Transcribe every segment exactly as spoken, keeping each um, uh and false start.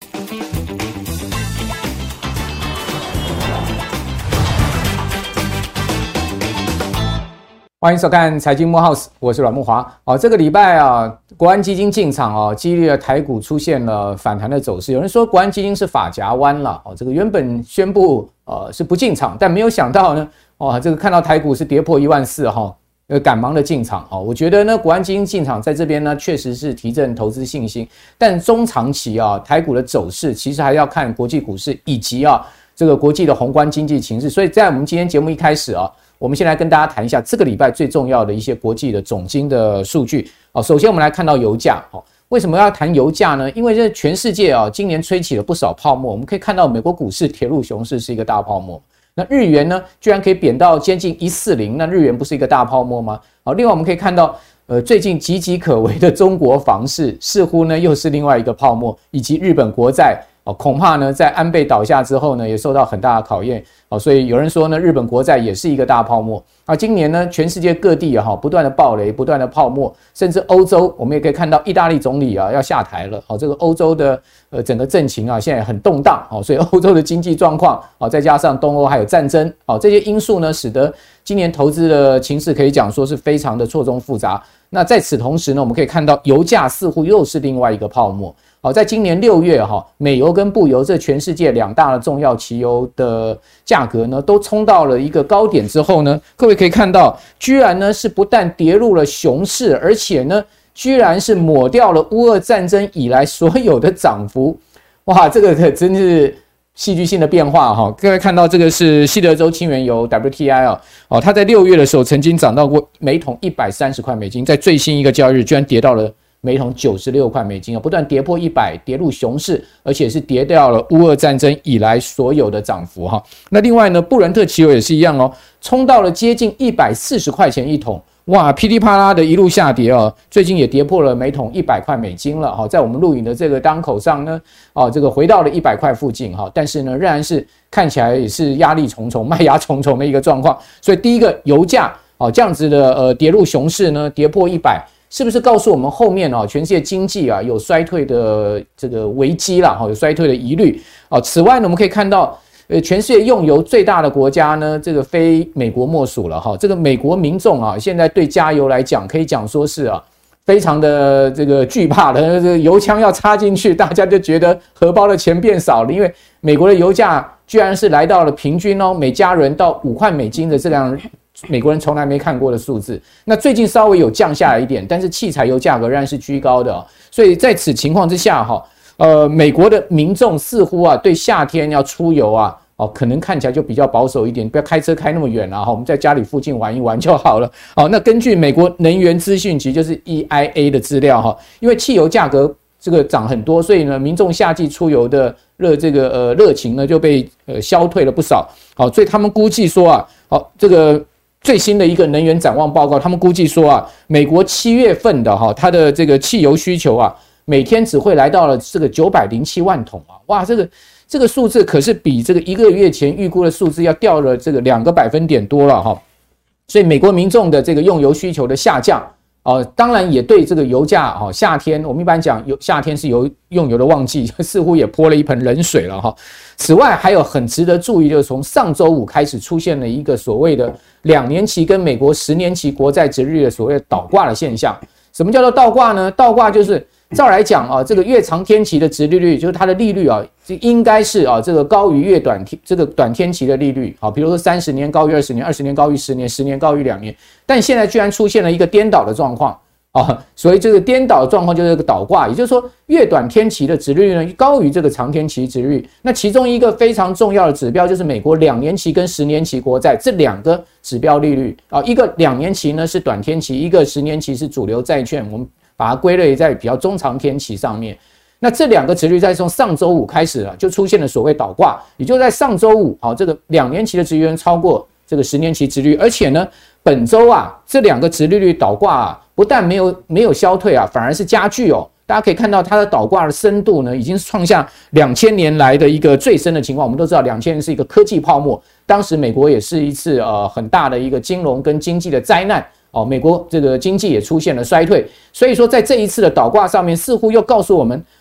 欢迎收看财经木 house， 我是阮慕骅。哦，这个礼拜啊，国安基金进场哦，激励了台股出现了反弹的走势。有人说国安基金是发夹弯了哦，这个原本宣布呃是不进场，但没有想到呢，哦，这个看到台股是跌破一万四哈，呃，赶忙的进场哦。我觉得呢，国安基金进场在这边呢，确实是提振投资信心，但中长期啊，台股的走势其实还要看国际股市以及啊这个国际的宏观经济情势。所以在我们今天节目一开始啊。我们先来跟大家谈一下这个礼拜最重要的一些国际的总经的数据。首先我们来看到油价。为什么要谈油价呢？因为这全世界啊，今年吹起了不少泡沫。我们可以看到美国股市跌入熊市是一个大泡沫。那日元呢，居然可以贬到接近一四零，那日元不是一个大泡沫吗？好，另外我们可以看到，呃，最近岌岌可危的中国房市似乎呢又是另外一个泡沫，以及日本国债。哦，恐怕呢，在安倍倒下之后呢，也受到很大的考验。哦，所以有人说呢，日本国债也是一个大泡沫。啊，今年呢，全世界各地啊，不断的暴雷，不断的泡沫，甚至欧洲，我们也可以看到，意大利总理啊要下台了。哦，这个欧洲的呃整个政情啊，现在很动荡。哦，所以欧洲的经济状况，哦，再加上东欧还有战争，哦，这些因素呢，使得今年投资的情势可以讲说是非常的错综复杂。那在此同时呢，我们可以看到油价似乎又是另外一个泡沫。好，在今年六月哈，美油跟布油这全世界两大的重要期油的价格呢，都冲到了一个高点之后呢，各位可以看到，居然呢是不但跌入了熊市，而且呢，居然是抹掉了乌俄战争以来所有的涨幅。哇，这个可真是戏剧性的变化哈！各位看到这个是西德州轻原油 W T I 啊，哦，它在六月的时候曾经涨到过每桶一百三十块美金，在最新一个交易日居然跌到了每桶九十六块美金啊，不断跌破一百，跌入熊市，而且是跌掉了乌俄战争以来所有的涨幅哈。那另外呢，布伦特期油也是一样哦，冲到了接近一百四十块钱一桶。哇，噼里啪啦的一路下跌哦，最近也跌破了每桶一百块美金了哈，在我们录影的这个当口上呢，哦，这个回到了一百块附近哈，但是呢，仍然是看起来也是压力重重、卖压重重的一个状况。所以第一个油价哦这样子的呃跌入熊市呢，跌破一百。是不是告诉我们后面啊，全世界经济啊有衰退的这个危机啦，有衰退的疑虑啊？此外呢，我们可以看到，呃，全世界用油最大的国家呢，这个非美国莫属了哈。这个美国民众啊，现在对加油来讲，可以讲说是啊，非常的这个惧怕的，这个油枪要插进去，大家就觉得荷包的钱变少了，因为美国的油价居然是来到了平均哦，每家人到五块美金的这样。美国人从来没看过的数字，那最近稍微有降下来一点，但是汽柴油价格仍然是居高的、哦，所以在此情况之下，哈，呃，美国的民众似乎啊，对夏天要出游啊，哦，可能看起来就比较保守一点，不要开车开那么远啊，我们在家里附近玩一玩就好了。好，那根据美国能源资讯局就是 E I A 的资料哈，因为汽油价格这个涨很多，所以呢，民众夏季出游的热这个呃热情呢就被呃消退了不少。好，所以他们估计说啊，好这个。最新的一个能源展望报告，他们估计说啊，美国七月份的哈，它的这个汽油需求啊，每天只会来到了这个九百零七万桶啊，哇，这个这个数字可是比这个一个月前预估的数字要掉了这个两个百分点多了哈，所以美国民众的这个用油需求的下降。哦，当然也对这个油价哦，夏天我们一般讲油夏天是油用油的旺季，似乎也泼了一盆冷水了哈。此外，还有很值得注意，就是从上周五开始出现了一个所谓的两年期跟美国十年期国债殖利率的所谓的倒挂的现象。什么叫做倒挂呢？倒挂就是照来讲啊，这个越长天期的殖利率，就是它的利率啊，应该是啊这个高于越短这个短天期的利率。好，比如说三十年高于二十年，二十年高于十年，十年高于两年。但现在居然出现了一个颠倒的状况啊，所以这个颠倒的状况就是这个倒挂，也就是说越短天期的殖利率呢高于这个长天期殖利率。那其中一个非常重要的指标就是美国两年期跟十年期国债这两个指标利率啊，一个两年期呢是短天期，一个十年期是主流债券，我们把它归类在比较中长天期上面。那这两个殖利率在从上周五开始啊，就出现了所谓倒挂，也就在上周五，好，这个两年期的殖利率超过这个十年期殖利率，而且呢，本周啊，这两个殖利率倒挂啊，不但没有没有消退啊，反而是加剧哦。大家可以看到它的倒挂的深度呢，已经创下两千年来的一个最深的情况。我们都知道，两千年是一个科技泡沫，当时美国也是一次呃很大的一个金融跟经济的灾难。哦，美国这个经济也出现了衰退，所以说在这一次的倒挂上面，似乎又告诉我们，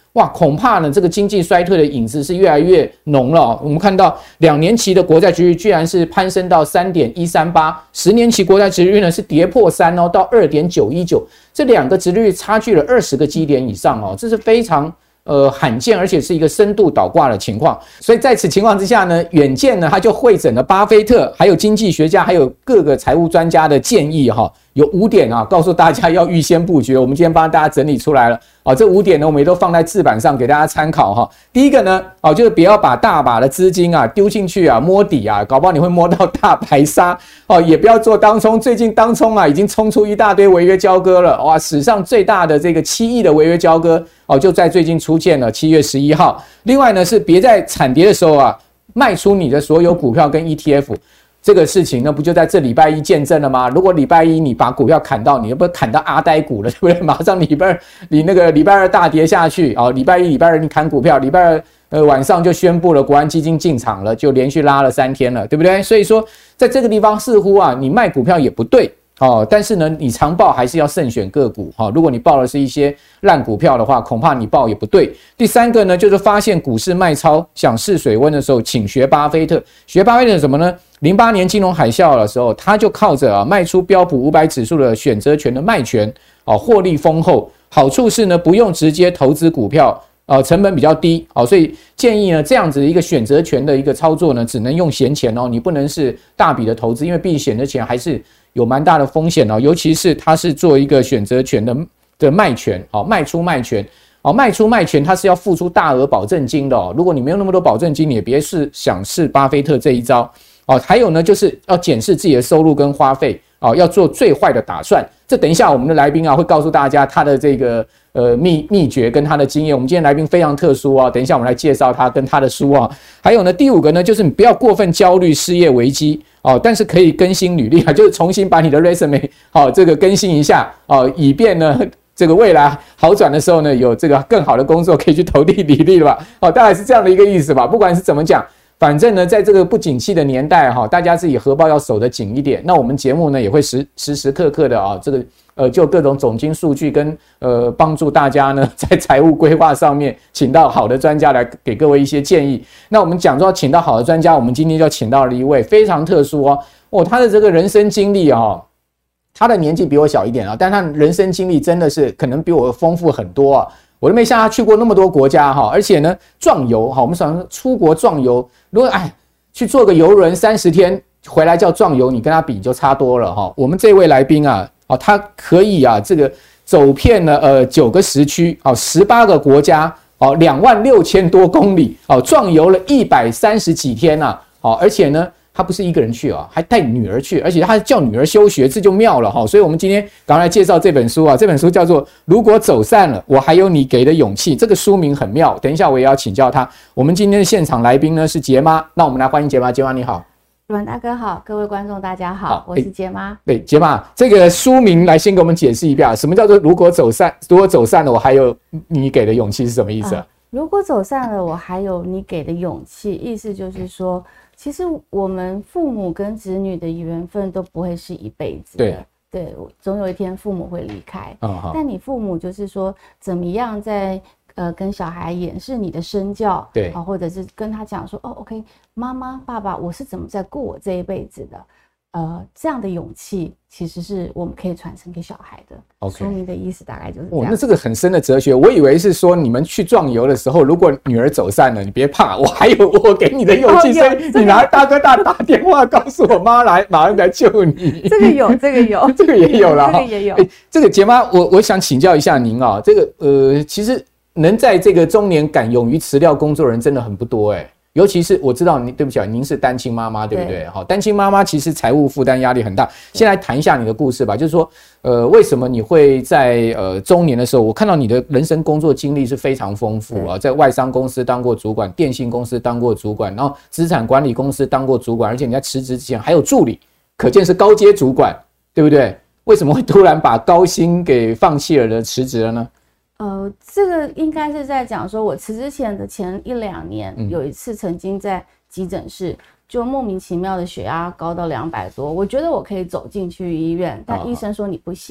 哇，恐怕呢这个经济衰退的影子是越来越浓了、哦。我们看到两年期的国债殖利率居然是攀升到 三点一三八， 十年期国债殖利率呢是跌破三哦，到 二点九一九， 这两个殖利率差距了二十个基点以上哦，这是非常呃罕见，而且是一个深度倒挂的情况。所以在此情况之下呢，远见呢他就汇整了巴菲特还有经济学家还有各个财务专家的建议哈、哦，有五点啊，告诉大家要预先布局。我们今天帮大家整理出来了啊，这五点呢我们也都放在字板上给大家参考哈、哦。第一个呢，哦就是不要把大把的资金啊丢进去啊摸底啊，搞不好你会摸到大白鲨哦，也不要做当冲，最近当冲啊已经冲出一大堆违约交割了，哇，史上最大的这个七亿的违约交割哦，就在最近出现了七月十一号。另外呢是别在惨跌的时候啊卖出你的所有股票跟 E T F。这个事情呢，不就在这礼拜一见证了吗？如果礼拜一你把股票砍到，你又不是砍到阿呆股了，对不对？马上礼拜二你那个礼拜二大跌下去啊、哦，礼拜一、礼拜二你砍股票，礼拜二呃晚上就宣布了国安基金进场了，就连续拉了三天了，对不对？所以说，在这个地方似乎啊，你卖股票也不对。哦，但是呢，你长抱还是要慎选个股哈、哦。如果你抱的是一些烂股票的话，恐怕你抱也不对。第三个呢，就是发现股市卖超想试水温的时候，请学巴菲特。学巴菲特什么呢？零八年金融海啸的时候，他就靠着啊卖出标普五百指数的选择权的卖权，哦，获利丰厚。好处是呢，不用直接投资股票。呃，成本比较低，好、哦，所以建议呢，这样子一个选择权的一个操作呢，只能用闲钱哦，你不能是大笔的投资，因为毕竟选择权还是有蛮大的风险哦，尤其是它是做一个选择权的的卖权，好、哦，卖出卖权，好、哦，卖出卖权它是要付出大额保证金的哦，如果你没有那么多保证金，你也别是想试巴菲特这一招哦。还有呢，就是要检视自己的收入跟花费。哦，要做最坏的打算。这等一下我们的来宾啊会告诉大家他的这个呃秘秘诀跟他的经验。我们今天来宾非常特殊啊，等一下我们来介绍他跟他的书啊。还有呢，第五个呢，就是你不要过分焦虑失业危机哦，但是可以更新履历啊，就是重新把你的 resume 好、哦、这个更新一下哦，以便呢这个未来好转的时候呢，有这个更好的工作可以去投递履历了吧？哦，大概是这样的一个意思吧。不管是怎么讲。反正呢，在这个不景气的年代哈，大家自己荷包要守得紧一点。那我们节目呢也会时时时刻刻的啊，这个呃就各种总经数据跟呃帮助大家呢在财务规划上面，请到好的专家来给各位一些建议。那我们讲说请到好的专家，我们今天就请到了一位非常特殊哦，哦他的这个人生经历啊，他的年纪比我小一点啊，但他人生经历真的是可能比我丰富很多啊。我都没像他去过那么多国家哈，而且呢，壮游哈，我们想出国壮游，如果哎去坐个游轮三十天回来叫壮游，你跟他比就差多了哈。我们这位来宾啊，哦，他可以啊，这个走遍了呃九个时区，哦，十八个国家，哦，两万六千多公里，哦，壮游了一百三十几天呐、啊，哦，而且呢。他不是一个人去啊，还带女儿去，而且他叫女儿休学，这就妙了哈。所以我们今天赶快来介绍这本书啊，这本书叫做《如果走散了，我还有你给的勇气》，这个书名很妙。等一下我也要请教他。我们今天的现场来宾呢是杰妈，那我们来欢迎杰妈。杰妈你好， 阮大哥好，各位观众大家好，好我是杰妈。 对，杰妈，这个书名来先给我们解释一下，什么叫做如果走散？如果走散了，我还有你给的勇气是什么意思啊？ 嗯、如果走散了，我还有你给的勇气，意思就是说。其实我们父母跟子女的缘分都不会是一辈子的，对，对，总有一天父母会离开。哦、但你父母就是说，怎么样在呃跟小孩演示你的身教，对，啊，或者是跟他讲说，哦 ，OK， 妈妈、爸爸，我是怎么在过我这一辈子的。呃，这样的勇气其实是我们可以传承给小孩的。OK， 书名的意思大概就是这样。哦， 那这个很深的哲学。我以为是说你们去壮游的时候，如果女儿走散了，你别怕，我还有我给你的勇气，所以你拿大哥大打电话告诉我妈来，马上来救你。 这个有，这个有， 这个也有了， 这个也有。 欸、这个杰妈，我我想请教一下您啊，这个呃，其实能在这个中年敢勇于辞掉工作的人真的很不多哎、欸。尤其是我知道您，对不起啊，您是单亲妈妈，对不对？好，单亲妈妈其实财务负担压力很大。先来谈一下你的故事吧，就是说，呃，为什么你会在呃中年的时候，我看到你的人生工作经历是非常丰富啊，在外商公司当过主管，电信公司当过主管，然后资产管理公司当过主管，而且你在辞职之前还有助理，可见是高阶主管，对不对？为什么会突然把高薪给放弃了呢？辞职了呢？ 呃，这个应该是在讲说，我辞职前的前一两年，嗯、有一次曾经在急诊室，就莫名其妙的血压高到两百多，我觉得我可以走进去医院，但医生说你不行。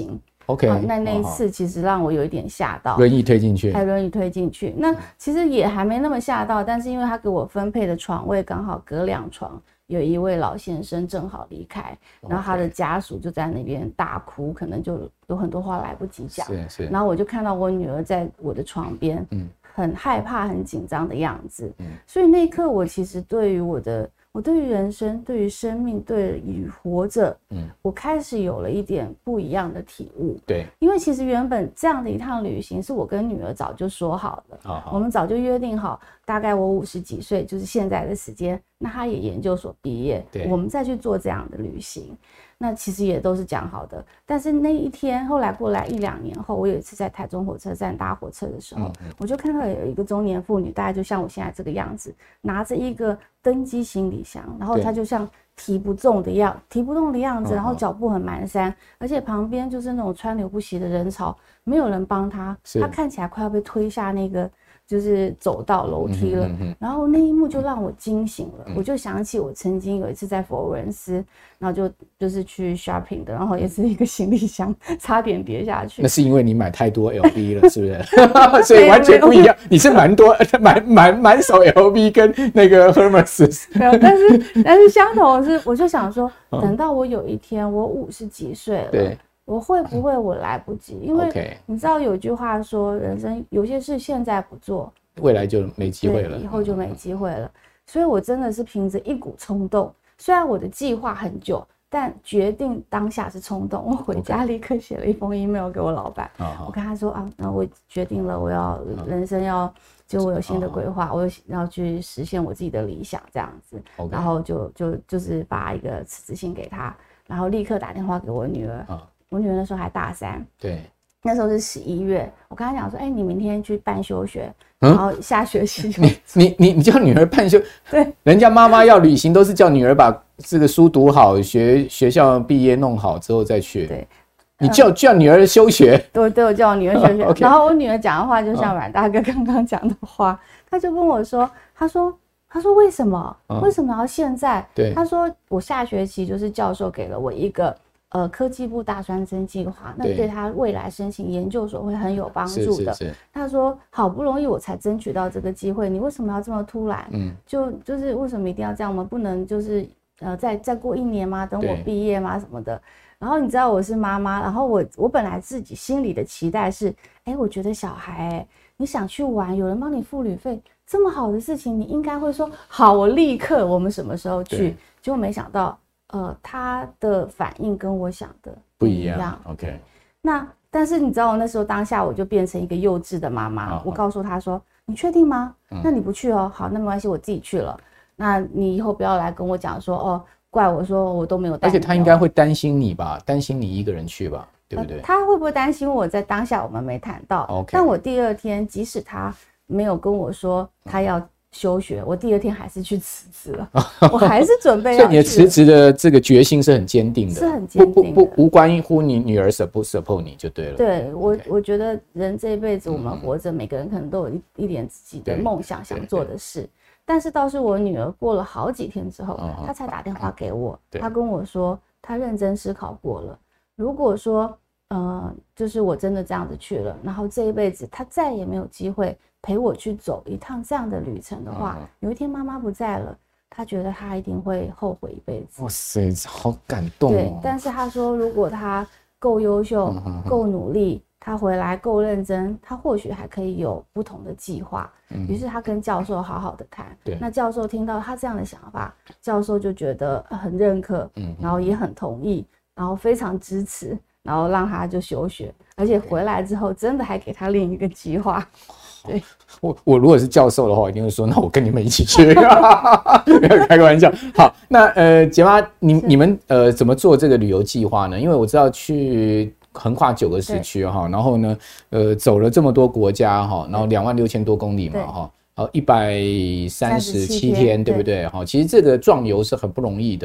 OK， 哦、那那一次其实让我有一点吓到， 轮椅推进去， 还轮椅推进去。那其实也还没那么吓到，但是因为他给我分配的床位刚好隔两床。有一位老先生正好离开，然后他的家属就在那边大哭，可能就有很多话来不及讲。 是是。 然后我就看到我女儿在我的床边，嗯，很害怕、很紧张的样子。嗯，所以那一刻我其实对于我的，我对于人生、对于生命、对于活着，嗯，我开始有了一点不一样的体悟。 对， 因为其实原本这样的一趟旅行是我跟女儿早就说好了，哦、我们早就约定好，大概我五十几岁就是现在的时间。那他也研究所毕业，我们再去做这样的旅行，那其实也都是讲好的。但是那一天，后来过来一两年后，我有一次在台中火车站搭火车的时候，嗯嗯、我就看到有一个中年妇女，大概就像我现在这个样子，拿着一个登机行李箱，然后她就像提不动的样，提不动的样子，然后脚步很蹒跚，而且旁边就是那种川流不息的人潮，没有人帮她，她看起来快要被推下那个。就是走到楼梯了、嗯，然后那一幕就让我惊醒了、嗯。我就想起我曾经有一次在佛罗伦斯，然后就就是去 shopping 的，然后也是一个行李箱差点跌下去。 那是因为你买太多 L V 了，是不是？所以完全不一样。你是蛮多满满满手 L V 跟那个 Hermes。 没有，但是但是相同的是，我就想说，等到我有一天我五十几岁了。对。我会不会我来不及？因为你知道有句话说，人生有些事现在不做， 未来就没机会了， 以后就没机会了。所以我真的是凭着一股冲动，虽然我的计划很久，但决定当下是冲动。我回家立刻写了一封 email 给我老板， okay. 我跟他说啊，那我决定了，我要人生要就我有新的规划，我要去实现我自己的理想，这样子， okay. 然后就就就是发一个辞职信给他，然后立刻打电话给我女儿。uh. 我女儿那时候还大三， 对， 那时候是十一月。我跟她讲说，哎、欸，你明天去办休学，嗯、然后下学期就你你你你叫女儿办休， 对， 人家妈妈要旅行都是叫女儿把这个书读好，学学校毕业弄好之后再去。 对， 你叫、嗯、叫女儿休学， 对对，我叫我女儿休学。okay. 然后我女儿讲的话就像阮大哥刚刚讲的话，她就跟我说，她说。他说：“为什么？嗯、为什么要现在？” 对， 他说：“我下学期就是教授给了我一个呃科技部大专生计划，那对他未来申请研究所会很有帮助的。” 是是是。 他说：“好不容易我才争取到这个机会，你为什么要这么突然？嗯，就就是为什么一定要这样？我们不能就是呃再再过一年吗？等我毕业吗？什么的？”然后你知道我是妈妈，然后我我本来自己心里的期待是，哎，我觉得小孩、欸，你想去玩，有人帮你付旅费。这么好的事情，你应该会说好，我立刻，我们什么时候去？结果没想到，呃，他的反应跟我想的不一样。 不一样 OK， 那但是你知道，我那时候当下我就变成一个幼稚的妈妈，哦、我告诉他说：“你确定吗？嗯、那你不去哦，好，那没关系，我自己去了。那你以后不要来跟我讲说哦，怪我说我都没有带你。” 而且他应该会担心你吧，担心你一个人去吧，对不对？呃、 他会不会担心我在当下我们没谈到？ OK， 但我第二天即使他。没有跟我说他要休学，我第二天还是去辞职了，我还是准备要去。 所以你的辞职的这个决心是很坚定的， 是很坚定的， 不不不无关乎你女儿 support support 你就对了。 对我， okay. 我觉得人这一辈子我们活着，嗯、每个人可能都有一一点自己的梦想想做的事，但是倒是我女儿过了好几天之后，嗯、她才打电话给我，她跟我说她认真思考过了，如果说呃就是我真的这样子去了，然后这一辈子她再也没有机会。陪我去走一趟这样的旅程的话，嗯、有一天妈妈不在了，他觉得他一定会后悔一辈子。 哇塞，好感动哦！ 对，但是他说，如果他够优秀、嗯、够努力，他回来够认真，他或许还可以有不同的计划。嗯、于是他跟教授好好的谈。对，那教授听到他这样的想法，教授就觉得很认可，嗯、然后也很同意，然后非常支持，然后让他就休学，而且回来之后真的还给他另一个计划。对， 我我如果是教授的话，我一定会说，那我跟你们一起去，开个玩笑。好，那呃，杰妈，你你们呃怎么做这个旅游计划呢？因为我知道去横跨九个时区哈，然后呢，呃，走了这么多国家哈，然后两万六千多公里嘛哈，好一百三十七天，对不对？哈，其实这个壮游是很不容易的。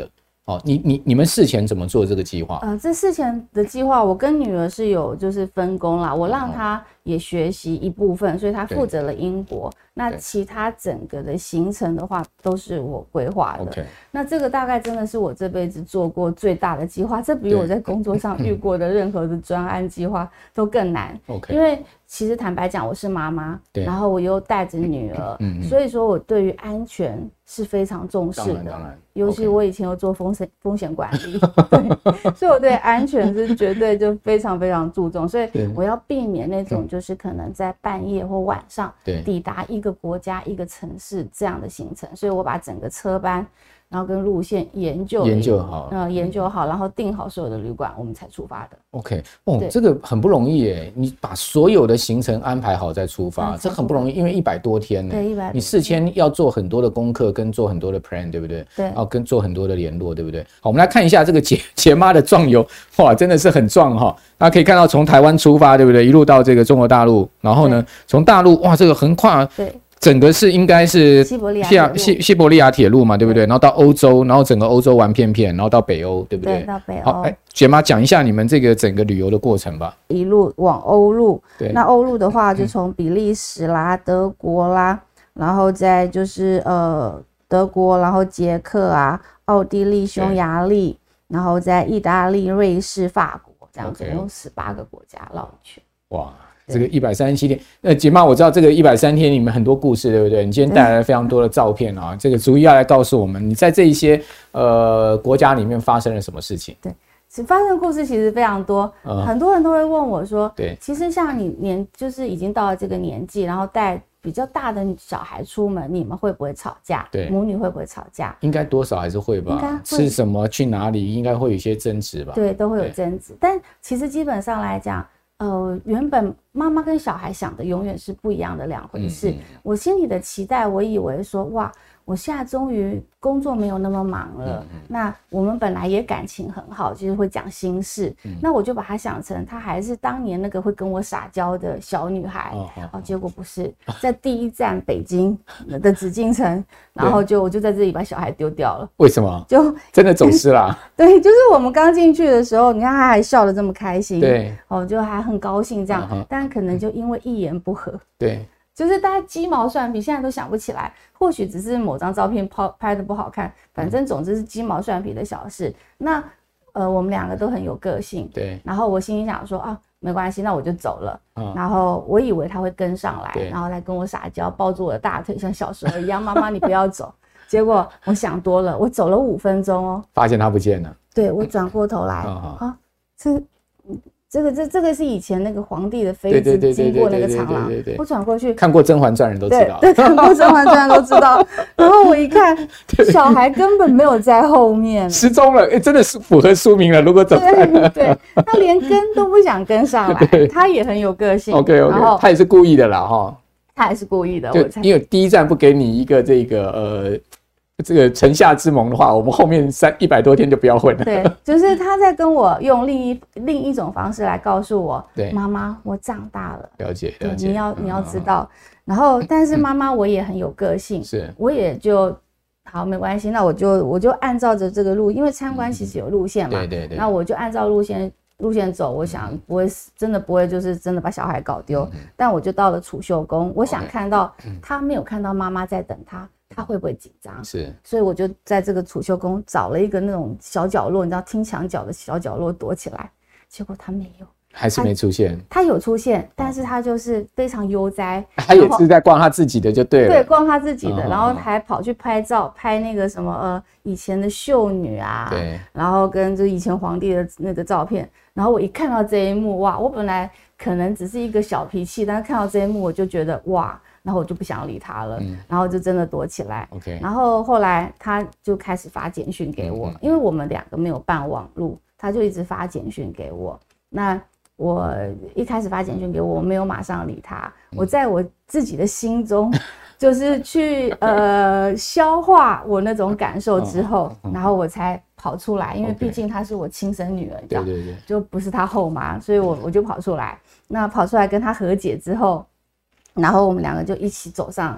哦，你你你们事前怎么做这个计划？ 呃，这事前的计划，我跟女儿是有就是分工啦，我让她也学习一部分，所以她负责了英国。那其他整个的行程的话，都是我规划的。Okay. 那这个大概真的是我这辈子做过最大的计划，这比我在工作上遇过的任何的专案计划都更难。 Okay. 因为其实坦白讲，我是妈妈，然后我又带着女儿，嗯、所以说我对于安全是非常重视的。尤其我以前有做风险风险管理，对，所以我对安全是绝对就非常非常注重。所以我要避免那种就是可能在半夜或晚上抵达一个国家一个城市这样的行程，所以我把整个车班然后跟路线研究研究好， 呃，研究好，然后订好所有的旅馆，我们才出发的。 OK， 哦，这个很不容易耶！你把所有的行程安排好再出发，这很不容易，因为一百多天呢。 对，一百。 你事先要做很多的功课，跟做很多的 plan， 对不对？ 对。 然后跟做很多的联络，对不对？好，我们来看一下这个杰杰妈的壮游，哇，真的是很壮哈！大家可以看到，从台湾出发，对不对？一路到这个中国大陆，然后呢，从大陆哇，这个横跨对。整个是应该是西伯利亚西西伯利亚铁路嘛，对不对？然后到欧洲，然后整个欧洲玩片片，然后到北欧，对不对？ 对，到北欧。 好，哎，杰妈讲一下你们这个整个旅游的过程吧。 一路往欧陆，对，那欧陆的话就从比利时啦、德国啦，然后再就是呃德国，然后捷克啊、奥地利、匈牙利，然后在意大利、瑞士、法国，这样总共十八个国家绕一圈。 哇！这个一百三十七天，那杰妈，我知道这个一百三十天你们很多故事，对不对？你今天带来了非常多的照片啊，这个逐一要来告诉我们，你在这一些呃国家里面发生了什么事情？ 对，发生的故事其实非常多，嗯、很多人都会问我说， 对， 其实像你年就是已经到了这个年纪，然后带比较大的小孩出门，你们会不会吵架？ 对， 母女会不会吵架？ 应该多少还是会吧。应该吃什么去哪里，应该会有一些争执吧。 对，都会有争执，但其实基本上来讲。呃，原本妈妈跟小孩想的永远是不一样的两回事。嗯嗯、我心里的期待，我以为说，哇，我现在终于工作没有那么忙了，嗯嗯、那我们本来也感情很好，就是会讲心事。嗯、那我就把她想成，她还是当年那个会跟我撒娇的小女孩。哦，哦哦结果不是，在第一站北京的紫禁城，然后就我就在这里把小孩丢掉了。 为什么？ 就真的走失啦？ 对，就是我们刚进去的时候，你看她还笑得这么开心， 对， 哦，就还很高兴这样，嗯、但可能就因为一言不合， 对。 就是大家鸡毛蒜皮，现在都想不起来，或许只是某张照片拍的不好看，反正总之是鸡毛蒜皮的小事。那呃，我们两个都很有个性， 对。 然后我心里想说啊，没关系，那我就走了。嗯、然后我以为他会跟上来，然后来跟我撒娇，抱住我的大腿，像小时候一样，妈妈你不要走。结果我想多了，我走了五分钟哦， 发现他不见了。 对，我转过头来，啊，这。这个这这个是以前那个皇帝的妃子经过那个长廊，我转过去看过《甄嬛传》人都知道， 对，对看过《甄嬛传》都知道。然后我一看，小孩根本没有在后面， 失踪了，哎，真的是符合书名了。如果怎么办？ 对对，他连跟都不想跟上来，他也很有个性。 OK OK， 然后他也是故意的啦，哈， 他也是故意的， 就因为第一站不给你一个这个呃。这个城下之盟的话，我们后面三一百多天就不要混了。 对，就是他在跟我用另一另一种方式来告诉我， 对， 妈妈，我长大了。 了解，了解， 你要你要知道。然后，但是妈妈我也很有个性， 是， 我也就好没关系，那我就我就按照着这个路，因为参观其实有路线嘛， 对对对， 那我就按照路线路线走，我想不会真的不会就是真的把小孩搞丢，但我就到了储秀宫，我想看到他没有看到妈妈在等他。他会不会紧张？ 是， 所以我就在这个储秀宫找了一个那种小角落，你知道听墙角的小角落躲起来。结果他没有， 还是没出现。 他, 他有出现，但是他就是非常悠哉。 他也是在逛他自己的就对了。 对，逛他自己的，嗯、然后还跑去拍照，拍那个什么呃以前的秀女啊， 对， 然后跟就以前皇帝的那个照片。然后我一看到这一幕，哇！我本来可能只是一个小脾气，但是看到这一幕，我就觉得哇。然后我就不想理他了，嗯、然后就真的躲起来。 Okay. 然后后来他就开始发简讯给我，嗯、因为我们两个没有办网路，他就一直发简讯给我。那我一开始发简讯给我，我没有马上理他，嗯、我在我自己的心中就是去呃消化我那种感受之后，哦嗯、然后我才跑出来，因为毕竟她是我亲生女儿，你知道， 对对对， 就不是她后妈，所以我我就跑出来。那跑出来跟她和解之后。然后我们两个就一起走上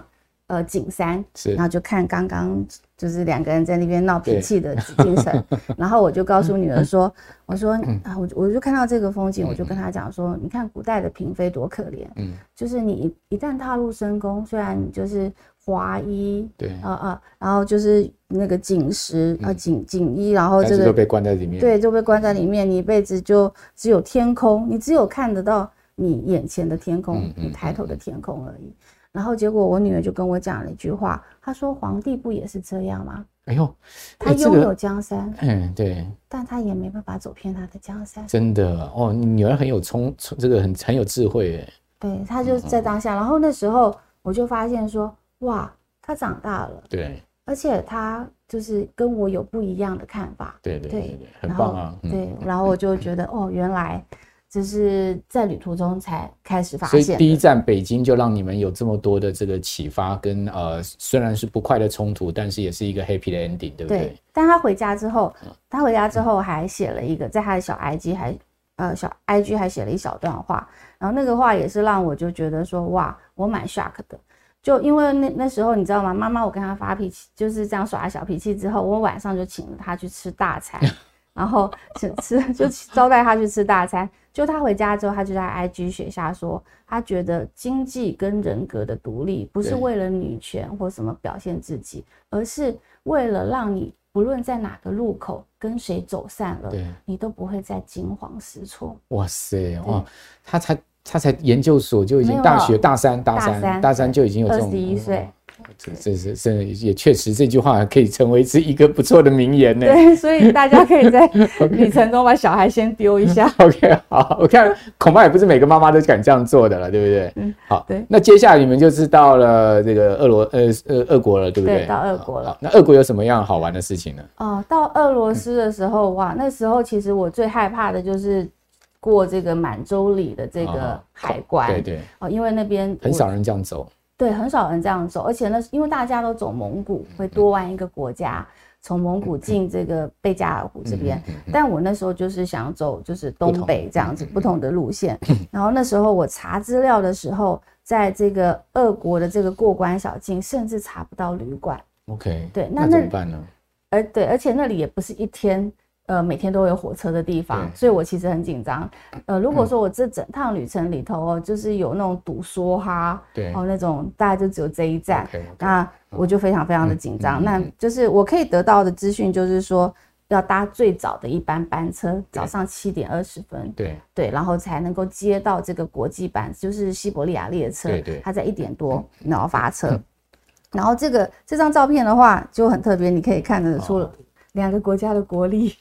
呃景山， 是， 然后就看刚刚就是两个人在那边闹脾气的紫禁城，然后我就告诉女儿说，我说啊，我我就看到这个风景，我就跟她讲说，你看古代的嫔妃多可怜，嗯，就是你一一旦踏入深宫，虽然你就是华衣， 对， 啊啊，然后就是那个锦食啊锦锦衣，然后这个就被关在里面， 对，就被关在里面，你一辈子就只有天空，你只有看得到你眼前的天空，你抬头的天空而已。然后结果我女儿就跟我讲了一句话，她说：“皇帝不也是这样吗？ 哎呦， 他拥有江山， 嗯，对， 但他也没办法走偏他的江山。 真的哦，你女儿很有聪，这个很很有智慧哎。 对，她就在当下，然后那时候我就发现说，哇，她长大了， 对， 而且她就是跟我有不一样的看法， 对对对对，很棒啊。 对，然后我就觉得哦，原来。就是在旅途中才开始发现， 所以第一站北京就让你们有这么多的这个启发跟呃，虽然是不快的冲突，但是也是一个 happy 的 ending， 对不对？对。 但他回家之后，他回家之后还写了一个，在他的小 I G 还呃小 I G 还写了一小段话，然后那个话也是让我就觉得说哇，我蛮 shock 的。就因为那那时候你知道吗？妈妈我跟他发脾气，就是这样耍小脾气之后，我晚上就请了他去吃大餐。然后吃吃就招待他去吃大餐，就他回家之后，他就在 I G 写下说，他觉得经济跟人格的独立不是为了女权或什么表现自己，而是为了让你不论在哪个路口跟谁走散了，你都不会再惊慌失措。 哇塞，哇，他才他才研究所就已经大学大三大三大三就已经有这种二十一岁。 这这是这也确实这句话可以成为是一个不错的名言呢。 对，所以大家可以在旅程中把小孩先丢一下。 OK， 好，我看恐怕也不是每个妈妈都敢这样做的了，对不对？嗯，好， 对。 那接下来你们就是到了这个俄罗呃呃俄国了，对不对？ 对，到俄国了。 那俄国有什么样好玩的事情呢？ 哦，到俄罗斯的时候，哇，那时候其实我最害怕的就是过这个满洲里的这个海关， 对对。 哦，因为那边很少人这样走。 对，很少人这样走，而且呢，因为大家都走蒙古，会多玩一个国家，从蒙古进这个贝加尔湖这边。但我那时候就是想走，就是东北这样子不同的路线。然后那时候我查资料的时候，在这个俄国的这个过关小径，甚至查不到旅馆。 OK， 对， 那怎么办呢？ 而对，而且那里也不是一天。呃，每天都有火车的地方，所以我其实很紧张。呃，如果说我这整趟旅程里头哦，就是有那种堵梭哈，对，哦那种大概就只有这一站， okay, okay, 那我就非常非常的紧张。嗯、那就是我可以得到的资讯就是说，要搭最早的一班班车，早上七点二十分，对对，然后才能够接到这个国际班，就是西伯利亚列车，对对，它在一点多然后发车。然后这个这张照片的话就很特别，你可以看得出两个国家的国力。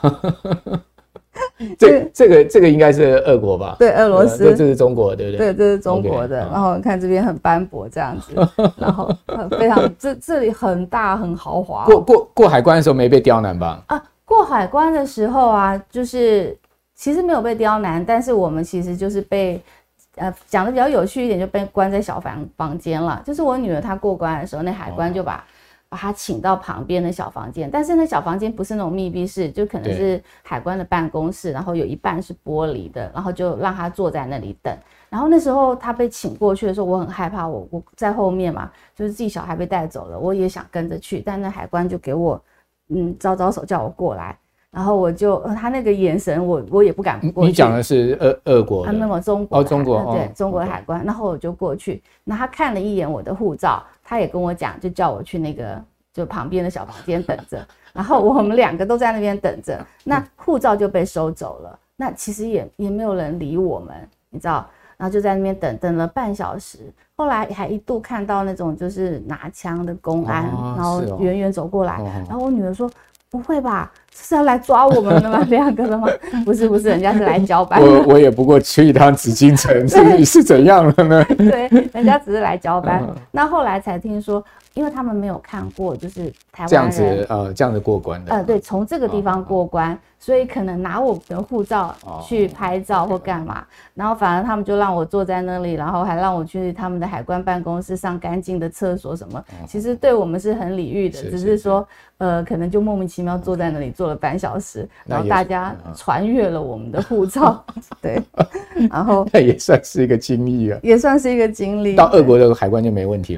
这这个这个应该是俄国吧？ 对，俄罗斯。 这这是中国，对不对？ 对，这是中国的。Okay, 然后看这边很斑驳这样子，然后非常这这里很大很豪华、哦。 过过过海关的时候没被刁难吧？ 啊，过海关的时候啊，就是其实没有被刁难，但是我们其实就是被呃讲的比较有趣一点，就被关在小房房间了。就是我女儿她过关的时候，那海关就把。哦把他请到旁边的小房间，但是那小房间不是那种密闭式，就可能是海关的办公室，然后有一半是玻璃的，然后就让他坐在那里等。然后那时候他被请过去的时候，我很害怕，我我在后面嘛，就是自己小孩被带走了，我也想跟着去，但那海关就给我嗯招招手叫我过来。然后我就、呃、他那个眼神我我也不敢不过去。 你讲的是俄俄国的？ 啊，没有中国哦，中国对、 哦、 中国的海关。然后我就过去，那他看了一眼我的护照，他也跟我讲，就叫我去那个就旁边的小房间等着。然后我们两个都在那边等着，那护照就被收走了。那其实也也没有人理我们，你知道？然后就在那边等等了半小时。后来还一度看到那种就是拿枪的公安，哦、然后远远走过来，哦、然后我女儿说。不会吧？是要来抓我们的吗？两个的吗？不是不是，人家是来交班的。我我也不过去一趟紫禁城，是是怎样了呢？ 对，人家只是来交班。嗯、那后来才听说，因为他们没有看过，就是台湾人这样子呃这样子过关的。 呃，对，从这个地方过关，哦、所以可能拿我的护照去拍照或干嘛，哦、然后反而他们就让我坐在那里，然后还让我去他们的海关办公室上干净的厕所什么。哦、其实对我们是很礼遇的，是只是说呃可能就莫名其妙坐在那里坐了半小时。然后大家传阅了我们的护照，对，然后那也算是一个经历啊， 也算是一个经历。 到俄国的海关就没问题了吗？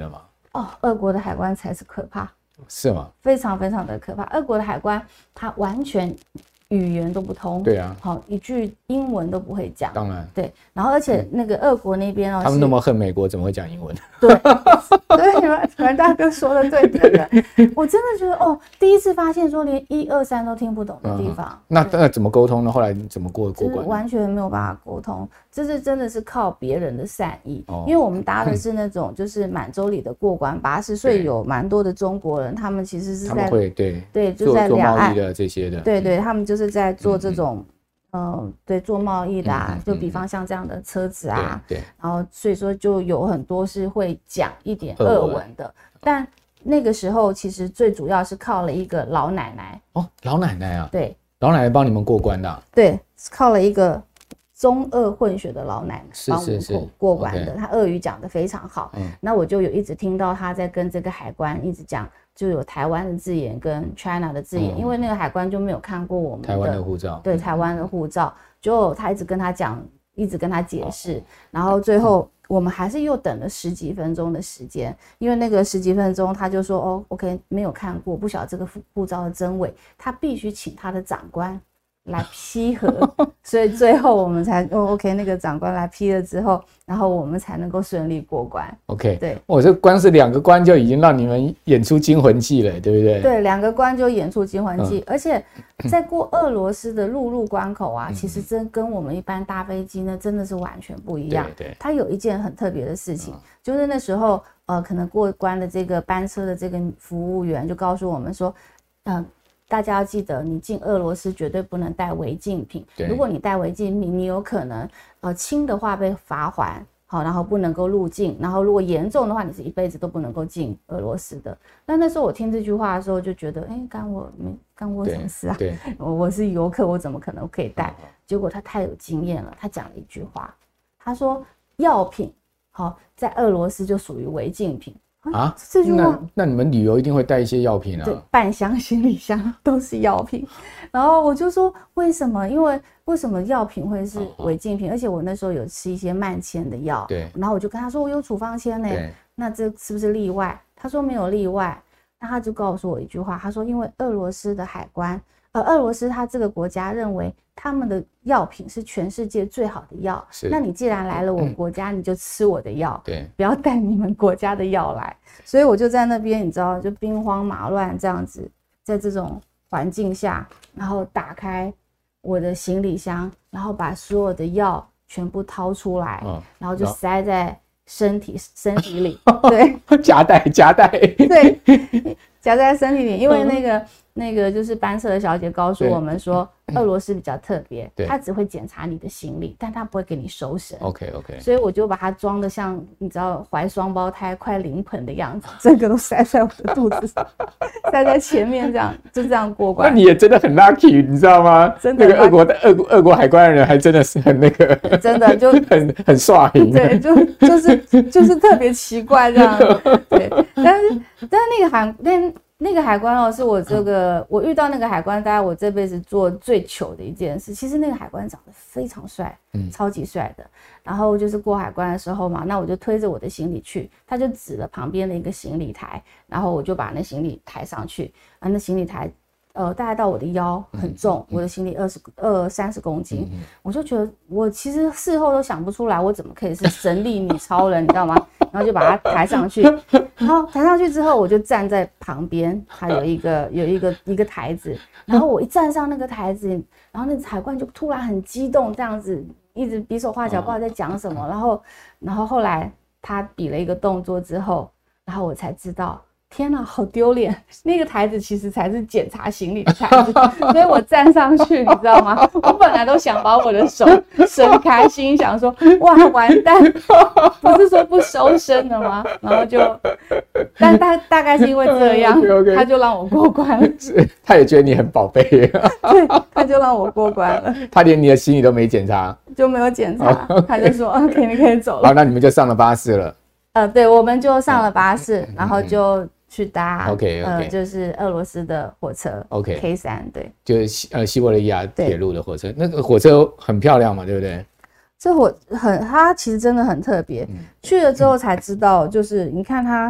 哦，俄国的海关才是可怕， 是吗？ 非常非常的可怕。俄国的海关它完全语言都不通， 对啊， 好、哦、一句英文都不会讲， 当然， 对。然后而且那个俄国那边哦， 他们那么恨美国，怎么会讲英文？ 对，对，你们你们大哥说的对的，我真的觉得哦，第一次发现说连一二三都听不懂的地方， 嗯、那那怎么沟通呢？后来怎么过过关？ 完全没有办法沟通，这是真的是靠别人的善意，哦、因为我们搭的是那种就是满洲里的过关巴士，所以有蛮多的中国人，他们其实是在他们会对对就在两岸的这些的， 对对，他们就是在做这种。嗯呃，对，做贸易的啊，嗯嗯嗯、就比方像这样的车子啊， 对，对然后所以说就有很多是会讲一点俄文的，但那个时候其实最主要是靠了一个老奶奶哦，老奶奶啊， 对， 老奶奶帮你们过关的、啊， 对，靠了一个中俄混血的老奶奶是帮我们过过关的，她俄语讲得非常好，嗯，那我就有一直听到她在跟这个海关一直讲。就有台湾的字眼跟 China 的字眼、嗯，因为那个海关就没有看过我们的台湾的护照， 对台湾的护照，就他一直跟他讲，一直跟他解释、哦，然后最后我们还是又等了十几分钟的时间，因为那个十几分钟他就说哦 ，OK 没有看过，不晓得这个护照的真伪，他必须请他的长官来批核，所以最后我们才哦 OK 那个长官来批了之后，然后我们才能够顺利过关。 OK， 对， 我这光是两个关就已经让你们演出惊魂记了，对不对？ 对，两个关就演出惊魂记、嗯，而且在过俄罗斯的陆路关口啊，嗯、其实真跟我们一般搭飞机呢真的是完全不一样。 对对， 它有一件很特别的事情，嗯、就是那时候呃，可能过关的这个班车的这个服务员就告诉我们说，嗯、呃。大家要记得，你进俄罗斯绝对不能带违禁品。如果你带违禁品，你有可能呃轻的话被罚锾，好，然后不能够入境。然后如果严重的话，你是一辈子都不能够进俄罗斯的。那那时候我听这句话的时候，就觉得，哎，干我没干我什么事啊？ 对， 我我是游客，我怎么可能可以带？结果他太有经验了，他讲了一句话，他说药品好在俄罗斯就属于违禁品。 啊，这句话 那, 那你们旅游一定会带一些药品啊？ 对，半箱行李箱都是药品。然后我就说为什么？因为为什么药品会是违禁品？哦、而且我那时候有吃一些慢签的药， 对。 然后我就跟他说我有处方签呢，那这是不是例外？他说没有例外。那他就告诉我一句话，他说因为俄罗斯的海关，呃，俄罗斯他这个国家认为他们的药品是全世界最好的药，那你既然来了我国家，嗯、你就吃我的药， 对， 不要带你们国家的药来。所以我就在那边，你知道，就兵荒马乱这样子，在这种环境下，然后打开我的行李箱，然后把所有的药全部掏出来，嗯、然后就塞在身体身体里，对， 夹带夹带， 对，夹在身体里，因为那个。嗯那个就是班社的小姐告诉我们说，俄罗斯比较特别，他只会检查你的行李，但他不会给你搜身。 OK OK， 所以我就把它装得像你知道怀双胞胎快临盆的样子，整个都塞在我的肚子上，塞在前面这样，就这样过关。 那你也真的很 lucky， 你知道吗？ 真的， 那个俄国的俄国俄国海关的人还真的是很那个， 真的就很很刷hình。 对，就就是就是特别奇怪这样。对，但是但是那个海那。那个海关哦，是我这个我遇到那个海关，大概我这辈子做最糗的一件事。其实那个海关长得非常帅，嗯，超级帅的。然后就是过海关的时候嘛，那我就推着我的行李去，他就指了旁边的一个行李台，然后我就把那行李抬上去，啊，那行李台。呃，大概到我的腰很重，嗯嗯、我的行李二十二三十公斤、嗯嗯，我就觉得我其实事后都想不出来，我怎么可以是神力女超人，你知道吗？然后就把它抬上去，然后抬上去之后，我就站在旁边，它有一个有一个一个台子，然后我一站上那个台子，然后那海关就突然很激动，这样子一直比手画脚，不知道在讲什么，然后然后后来他比了一个动作之后，然后我才知道。天哪，好丢脸！那个台子其实才是检查行李的台子，所以我站上去，你知道吗？我本来都想把我的手伸开，心想说：“哇，完蛋！不是说不收身了吗？”然后就，但大大概是因为这样， okay, okay. 他就让我过关了。 他也觉得你很宝贝， 对，他就让我过关了。 他连你的行李都没检查， 就没有检查， oh, okay. 他就说：“OK， 你可以走了。” 好，那你们就上了巴士了。 呃，对，我们就上了巴士，嗯、然后就。去搭 OK, okay. 呃，就是俄罗斯的火车 OK K 三，对， 就是西呃西伯利亚铁路的火车，那个火车很漂亮嘛，对不对？ 这火很，它其实真的很特别、嗯。去了之后才知道，就是你看它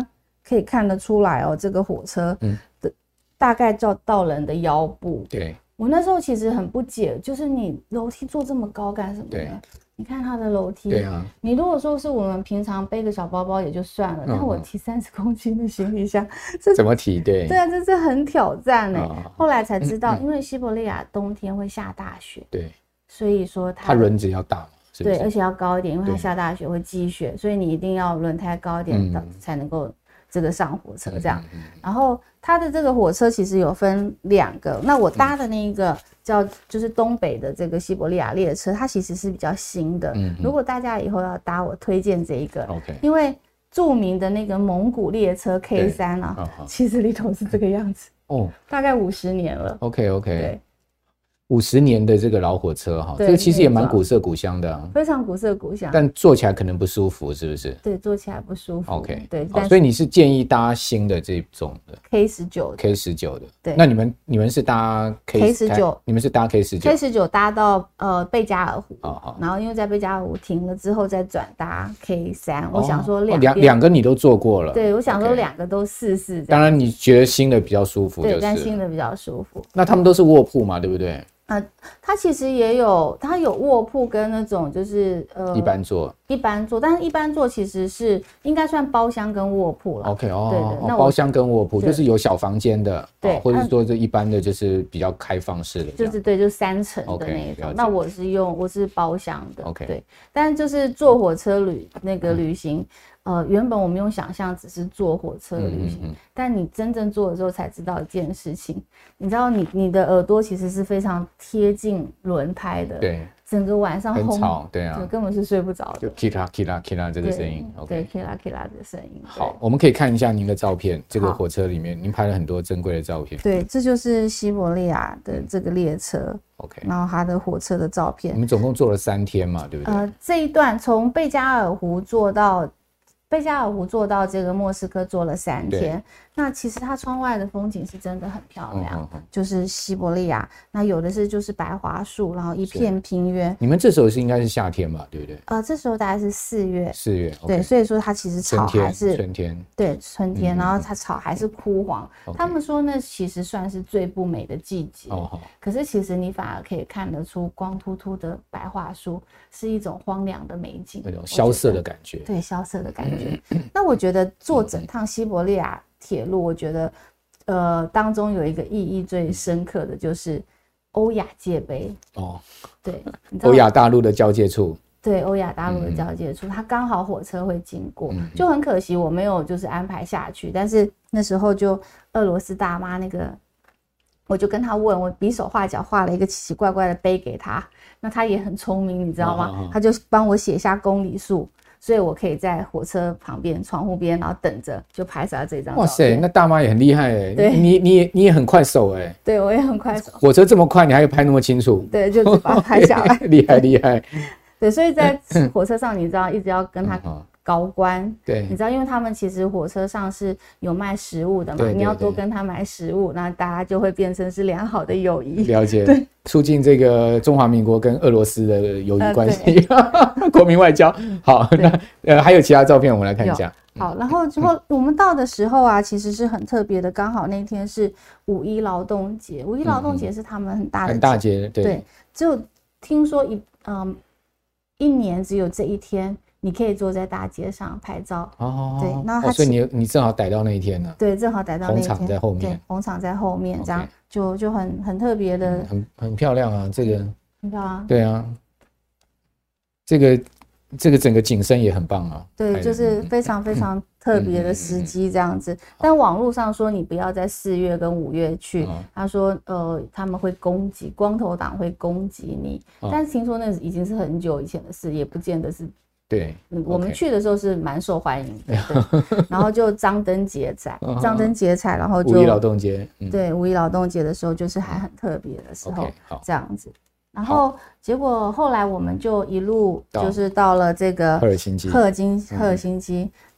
可以看得出来哦，这个火车的大概到到人的腰部。 对， 我那时候其实很不解，就是你楼梯做这么高干什么呢？你看它的楼梯， 对啊， 你如果说是我们平常背个小包包也就算了，嗯、但我提三十公斤的行李箱，这怎么提？对， 对啊，这是很挑战哎、欸哦。 后来才知道，因为西伯利亚冬天会下大雪， 对， 所以说它它轮子要大嘛，是不是？ 对，而且要高一点，因为它下大雪会积雪，所以你一定要轮胎高一点，嗯、才能够这个上火车这样。嗯嗯嗯、然后它的这个火车其实有分两个，那我搭的那一个。嗯叫就是东北的这个西伯利亚列车，它其实是比较新的。嗯，如果大家以后要搭，我推荐这一个。OK， 因为著名的那个蒙古列车 K 三啊，其实里头是这个样子。哦，大概五十年了。 OK OK。对。五十年的这个老火车哈，这个其实也蛮古色古香的、啊， 非常古色古香， 但坐起来可能不舒服，是不是？ 对，坐起来不舒服。 OK， 对、 哦，所以你是建议搭新的这种的 K 十九 K 十九的， 对。 那你们你们是搭 K 十九，你们是搭 K 十九 K 十九搭到呃贝加尔湖，哦、然后因为在贝加尔湖停了之后再转搭 K 三、哦，我想说两两两个你都坐过了， 对，我想说两个都试试。 当然你觉得新的比较舒服、就是， 对，但新的比较舒服。 那他们都是卧铺嘛，对不对？ 呃，它其实也有，它有卧铺跟那种就是呃一般座， 一般座，但是一般座其实是应该算包厢跟卧铺了。 OK 哦，对对，那包厢跟卧铺就是有小房间的， 对， 或者是说这一般的就是比较开放式的， 就是对，就三层的那一种。Okay, 那我是用我是包厢的 ，OK， 对，但就是坐火车旅那个旅行。嗯呃，原本我们用想象只是坐火车的旅行，嗯嗯嗯，但你真正坐的时候才知道一件事情，你知道你你的耳朵其实是非常贴近轮胎的， 对， 整个晚上很吵，对啊， 就根本是睡不着的， 就 kila kila kila 这个声音， 对， okay， kila kila 的声音。 好，我们可以看一下您的照片，这个火车里面您拍了很多珍贵的照片， 对，这就是西伯利亚的这个列车。 OK， 然后它的火车的照片， 你们总共坐了三天嘛，对不对？ 呃，这一段从贝加尔湖坐到。贝加尔湖坐到这个莫斯科坐了三天，那其实它窗外的风景是真的很漂亮，嗯嗯嗯，就是西伯利亚。那有的是就是白桦树，然后一片平原。 你们这时候是应该是夏天吧，对不对？ 呃，这时候大概是四月。 四月， okay， 对，所以说它其实草还是春天， 对，春天，嗯，然后它草还是枯黄。嗯，他们说那其实算是最不美的季节，哦，可是其实你反而可以看得出光秃秃的白桦树是一种荒凉的美景， 那种萧瑟的感觉。 对，萧瑟的感觉。那我觉得坐整趟西伯利亚铁路，我觉得呃当中有一个意义最深刻的就是欧亚界碑哦，对， 欧亚大陆的交界处， 对，欧亚大陆的交界处，嗯，它刚好火车会经过，嗯，就很可惜我没有就是安排下去，但是那时候就俄罗斯大妈那个，我就跟她问，我比手画脚画了一个奇奇怪怪的碑给她，那她也很聪明，你知道吗？哦哦哦，她就帮我写下公里数。所以我可以在火车旁边窗户边，然后等着就拍下这张照片。哇塞， 那大妈也很厉害哎！对，你你也你也很快手哎！ 对，我也很快手。 火车这么快，你还有拍那么清楚？ 对，就只把它拍下来。 厉害厉害。 对，所以在火车上，你知道一直要跟他高官。对，你知道，因为他们其实火车上是有卖食物的嘛，你要多跟他买食物，那大家就会变成是良好的友谊。 了解。对。促进这个中华民国跟俄罗斯的友谊关系，呃、国民外交。好，那呃还有其他照片，我们来看一下。 好，然后之后我们到的时候啊，其实是很特别的，刚好那天是五一劳动节，五一劳动节是他们很大的节、 嗯、很大节，对， 对，只有听说一嗯一年只有这一天。你可以坐在大街上拍照哦，对， 然后、哦、所以你你正好逮到那一天呢？ 对，正好逮到那一天。 红场在后面， 对，红场在后面，这样、okay. 就就很很特別的， 嗯、很很漂亮啊，这个很漂亮。 对啊，这个这个整个景深也很棒啊。 对，就是非常非常特别的时机这样子。嗯嗯嗯嗯、但网络上说你不要在四月跟五月去，哦、他说呃他们会攻击，光头党会攻击你、哦。但是听说那已经是很久以前的事，也不见得是。 对、 嗯，我们去的时候是蛮受欢迎的，对然后就张灯结彩，张灯结彩，然后就五一劳动节， 嗯、对，五一劳动节的时候就是还很特别的时候， okay, 这样子。然后结果后来我们就一路就是到了这个赫尔辛基， 赫尔辛赫尔辛基。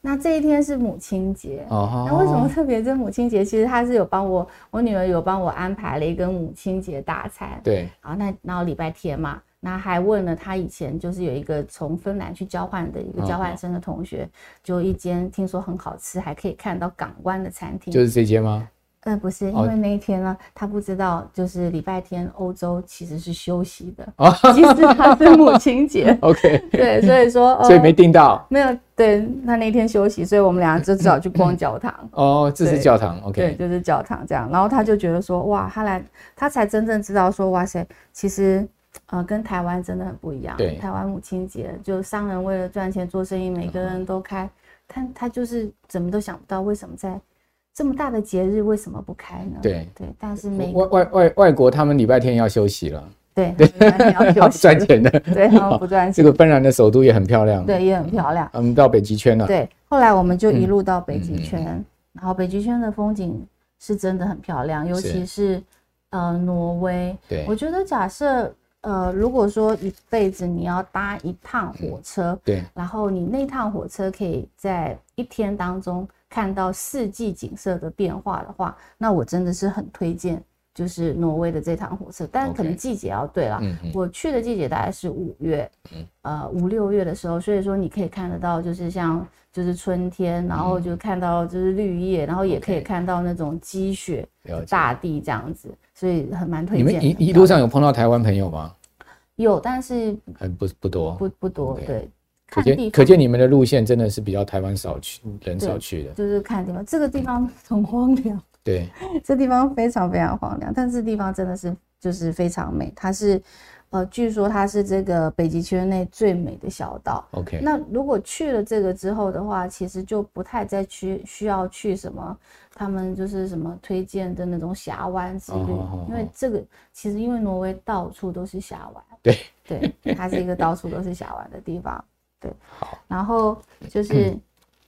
那这一天是母亲节， 哦， 那为什么特别这母亲节？其实他是有帮我，我女儿有帮我安排了一个母亲节大餐。 对， 好，那然后礼拜天嘛，那还问了他以前就是有一个从芬兰去交换的一个交换生的同学，就一间听说很好吃，还可以看到港湾的餐厅， 就是这间吗？ 呃，不是，因为那一天呢，他不知道，就是礼拜天欧洲其实是休息的，哦，其实他是母亲节。 OK， 对，所以说， 所以没订到， 没有，对，他那天休息，所以我们俩就只好去逛教堂。 哦，这是教堂 ，OK， 对，就是教堂这样。然后他就觉得说，哇，他来，他才真正知道说，哇塞，其实。呃，跟台湾真的很不一样。 对， 台湾母亲节，就商人为了赚钱做生意，每个人都开，他他就是怎么都想不到，为什么在这么大的节日为什么不开呢？ 对对，但是每外外外外国他们礼拜天要休息了， 对，要赚钱的， 对，他们不赚钱。 这个芬兰的首都也很漂亮， 对，也很漂亮。 我们到北极圈了， 对，后来我们就一路到北极圈， 嗯、 然后北极圈的风景是真的很漂亮，尤其是呃挪威。 对， 我觉得假设。呃，如果说一辈子你要搭一趟火车， 对， 然后你那趟火车可以在一天当中看到四季景色的变化的话，那我真的是很推荐，就是挪威的这趟火车。但可能季节要对啦， okay, 嗯嗯我去的季节大概是五月，嗯、呃五六月的时候，所以说你可以看得到，就是像就是春天，然后就看到就是绿叶，然后也可以看到那种积雪的大地这样子。所以很蛮推荐的。 你们一一路上有碰到台湾朋友吗？ 有，但是很不不多， 不不多。Okay. 对， 可见可见你们的路线真的是比较台湾少去人少去的。 就是看地方，这个地方很荒凉。 对， 这地方非常非常荒凉，但是地方真的是就是非常美。它是呃，据说它是这个北极圈内最美的小岛。 OK， 那如果去了这个之后的话，其实就不太再去需要去什么。他们就是什么推荐的那种峡湾之旅，哦哦哦，因为这个其实因为挪威到处都是峡湾， 对对，它是一个到处都是峡湾的地方，对。然后就是、嗯、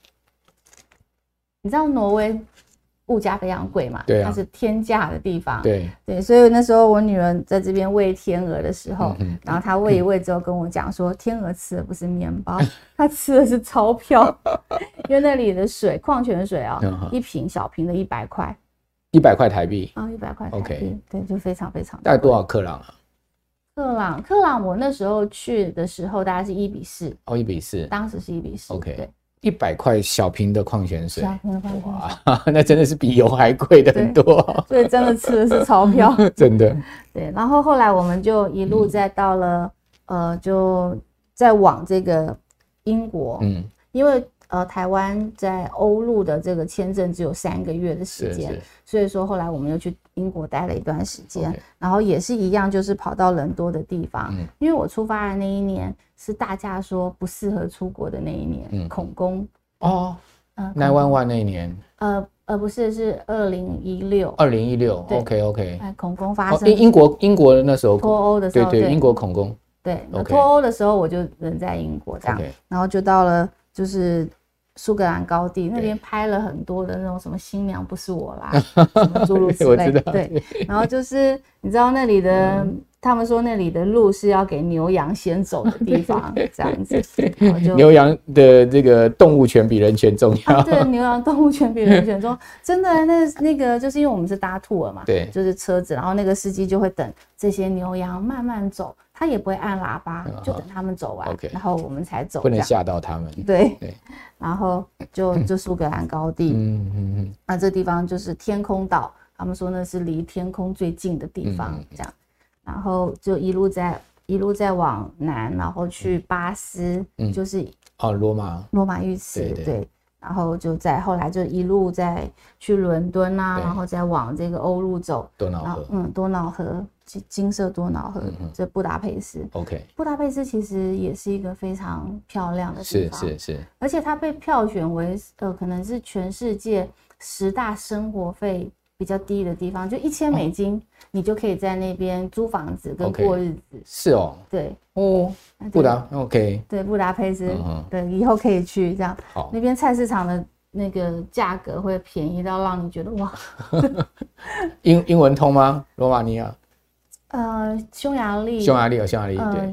你知道挪威物价非常贵嘛， 对啊， 它是天价的地方， 对对，所以那时候我女儿在这边喂天鹅的时候， 嗯、 然后她喂一喂之后跟我讲说，天鹅吃的不是面包，她吃的是钞票，因为那里的水，矿泉水啊、哦，一瓶小瓶的一百块， 一百块台币啊，一百块台币 ，OK， 对，就非常非常大概多少克朗啊？ 克朗，克朗，我那时候去的时候大概是一比四， 哦，一比四， 当时是一比四 ，OK， 对。 一百块小瓶的矿泉水， 小瓶的矿泉水， 哇，那真的是比油还贵的很多， 所以真的吃的是钞票， 真的。 对，然后后来我们就一路再到了，嗯、呃，就再往这个英国，嗯，因为呃台湾在欧陆的这个签证只有三个月的时间，所以说后来我们又去英国待了一段时间， okay. 然后也是一样，就是跑到人多的地方，嗯，因为我出发的那一年。是大家说不适合出国的那一年，嗯、恐攻哦，呃，九一一那一年， 呃呃，不是，是二零一六， 二零一六 ，OK OK， 哎，恐攻发生， 哦、英国英国那时候脱欧的时候， 对 对, 对，英国恐攻， 对，脱欧的时候我就人在英国这样， okay. 然后就到了就是苏格兰高地那边拍了很多的那种什么新娘不是我啦，什么诸如此类，对，然后就是你知道那里的。嗯他们说那里的路是要给牛羊先走的地方，这样子。 牛羊的这个动物权比人权重要。 啊、对，牛羊动物权比人权重要。真的，那那个就是因为我们是搭 tour 嘛， 对， 就是车子，然后那个司机就会等这些牛羊慢慢走，他也不会按喇叭，嗯、就等他们走完， okay, 然后我们才走， 不能吓到他们。 对对，然后就就苏格兰高地， 嗯嗯嗯， 那这地方就是天空岛，他们说那是离天空最近的地方，嗯、这样。然后就一路在一路在往南，然后去巴斯，嗯、就是哦罗马罗马浴池， 对, 对, 对，然后就在后来就一路在去伦敦啊，然后再往这个欧陆走， 多瑙河， 嗯，多瑙河，金色多瑙河，嗯、这布达佩斯 ，OK， 布达佩斯其实也是一个非常漂亮的地方， 是是是， 而且它被票选为呃可能是全世界十大生活费比较低的地方，就一千美金，你就可以在那边租房子跟过日子。 Okay. 是哦， 对哦，布达 OK， 对，布达佩斯，嗯、对，以后可以去这样。 好， 那边菜市场的那个价格会便宜到让你觉得哇。 英英文通吗？罗马尼亚？ 呃，匈牙利， 匈牙利有匈牙利， 呃、 对。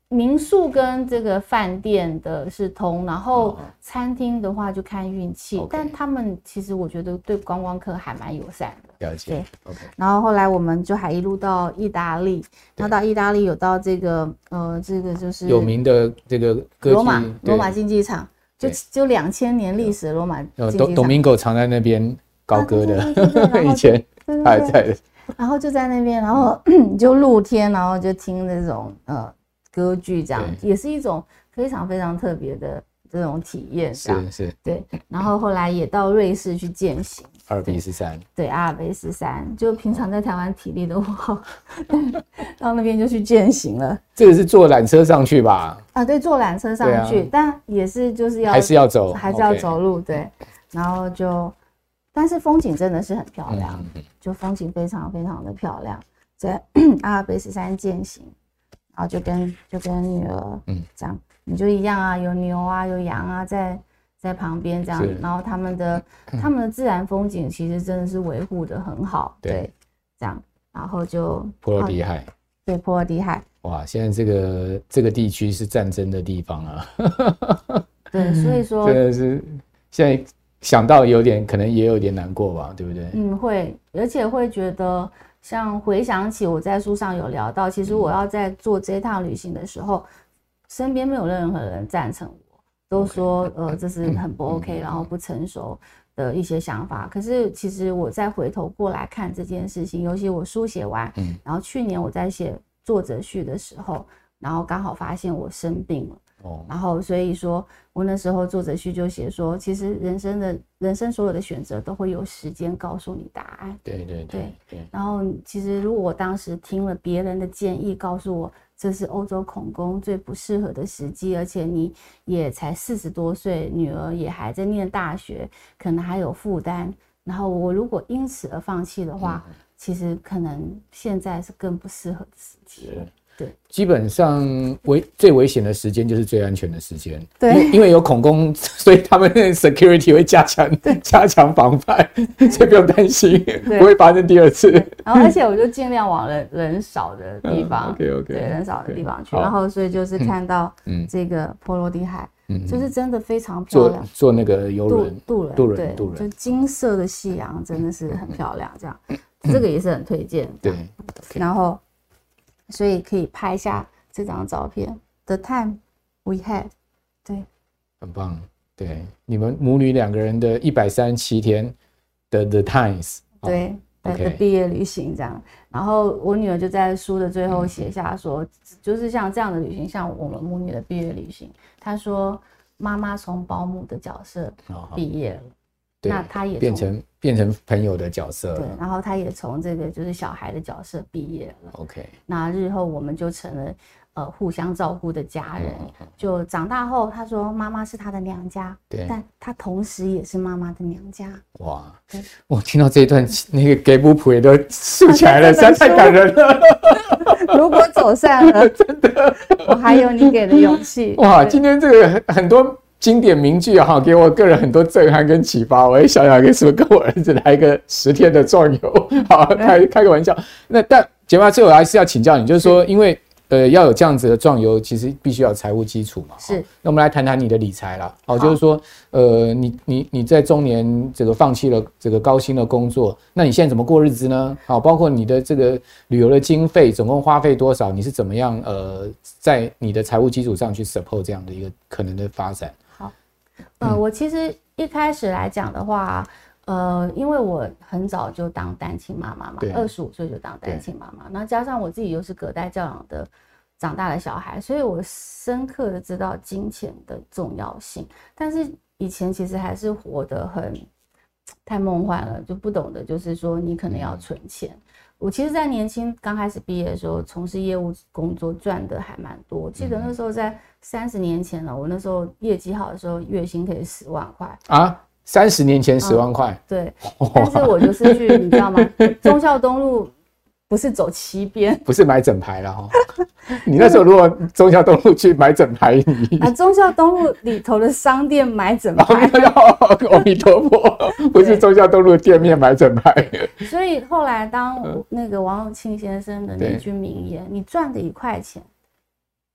民宿跟这个饭店的是通，然后餐厅的话就看运气，哦、但他们其实我觉得对观光客还蛮友善的。 了解。 对， okay. 然后后来我们就还一路到意大利，然后到意大利有到这个呃这个就是有名的这个歌剧罗马罗马竞技场，就就两千年历史的罗马竞技场。 Domingo 常在那边高歌的，啊、对对对以前还在的。 然后就在那边，然后你就露天，然后就听这种呃。歌剧这样也是一种非常非常特别的这种体验， 是是， 对。然后后来也到瑞士去践行阿尔卑斯山， 对阿尔卑斯山，就平常在台湾体力都不好，到那边就去践行了。 这个是坐缆车上去吧？ 啊，对，坐缆车上去，啊、但也是就是要还是要走， 还是要走路， okay. 对。然后就，但是风景真的是很漂亮，嗯、就风景非常非常的漂亮，在阿尔卑斯山践行。然后就跟就跟女儿，嗯，这样你就一样啊，有牛啊，有羊啊，在在旁边这样，然后他们的他们的自然风景其实真的是维护的很好，对，对这样，然后就波罗的海， 对，波罗的海， 哇，现在这个这个地区是战争的地方啊， 对，所以说真的是现在想到有点可能也有点难过吧，对不对？ 嗯，会，而且会觉得。像回想起我在书上有聊到，其实我要在做这趟旅行的时候，身边没有任何人赞成我，都说呃这是很不 OK， 然后不成熟的一些想法。可是其实我再回头过来看这件事情，尤其我书写完，然后去年我在写作者序的时候，然后刚好发现我生病了。哦，然后所以说我那时候作者序就写说，其实人生的人生所有的选择都会有时间告诉你答案。 对对对对。 然后其实如果我当时听了别人的建议，告诉我这是欧洲恐攻最不适合的时机，而且你也才四十多岁，女儿也还在念大学，可能还有负担。然后我如果因此而放弃的话，嗯、其实可能现在是更不适合的时机。对， 基本上危最危险的时间就是最安全的时间。 对， 因为, 因为有恐攻，所以他们的 security 会加强加强防范，所以不用担心，不会发生第二次。 然后，而且我就尽量往人人少的地方， 嗯、OK OK， 对，人少的地方去。然后，所以就是看到这个波罗的海，嗯、就是真的非常漂亮。 坐坐那个游轮， 渡轮， 渡轮，渡轮， 就金色的夕阳，真的是很漂亮。这样，这个也是很推荐。 对， 然后。所以可以拍下这张照片 ，The time we had， 对， 很棒，对，你们母女两个人的一百三十七天的 The Times， 对，哦、的毕业旅行这样。然后我女儿就在书的最后写下说，嗯、就是像这样的旅行，像我们母女的毕业旅行，她说妈妈从保姆的角色毕业了。哦那他也变成变成朋友的角色了， 对，然后他也从这个就是小孩的角色毕业了。 OK， 那日后我们就成了呃互相照顾的家人。嗯、就长大后，他说妈妈是他的娘家，对，但他同时也是妈妈的娘家。 哇，我听到这一段，那个给布普也都竖起来了，实在太感人了。 如果走散了，真的，我还有你给的勇气。 哇，今天这个很很多。经典名句哈，给我个人很多震撼跟启发。我也想想，是不是跟我儿子来一个十天的壮游？好，开开个玩笑。那但节目最后还是要请教你，就是说，因为呃要有这样子的壮游，其实必须要有财务基础嘛。 是。 那我们来谈谈你的理财啦。好，就是说，呃，你你你在中年这个放弃了这个高薪的工作，那你现在怎么过日子呢？好，包括你的这个旅游的经费，总共花费多少？你是怎么样呃在你的财务基础上去 support 这样的一个可能的发展？ 呃，我其实一开始来讲的话，呃，因为我很早就当单亲妈妈嘛，二十五岁就当单亲妈妈，然后加上我自己又是隔代教养的长大的小孩，所以我深刻的知道金钱的重要性。但是以前其实还是活得很太梦幻了，就不懂得就是说你可能要存钱。我其实，在年轻刚开始毕业的时候，从事业务工作赚的还蛮多。我记得那时候在三十年前了，我那时候业绩好的时候，月薪可以十万块啊！三十年前十万块、 嗯，对。但是我就是去，你知道吗？忠孝东路不是走七边， 不是买整排了哈。你那时候如果忠孝东路去买整排，你啊，忠孝东路里头的商店买整排， 阿弥陀佛，不是忠孝东路店面买整排。 所以后来当那个王永庆先生的那句名言：“你赚的一块钱，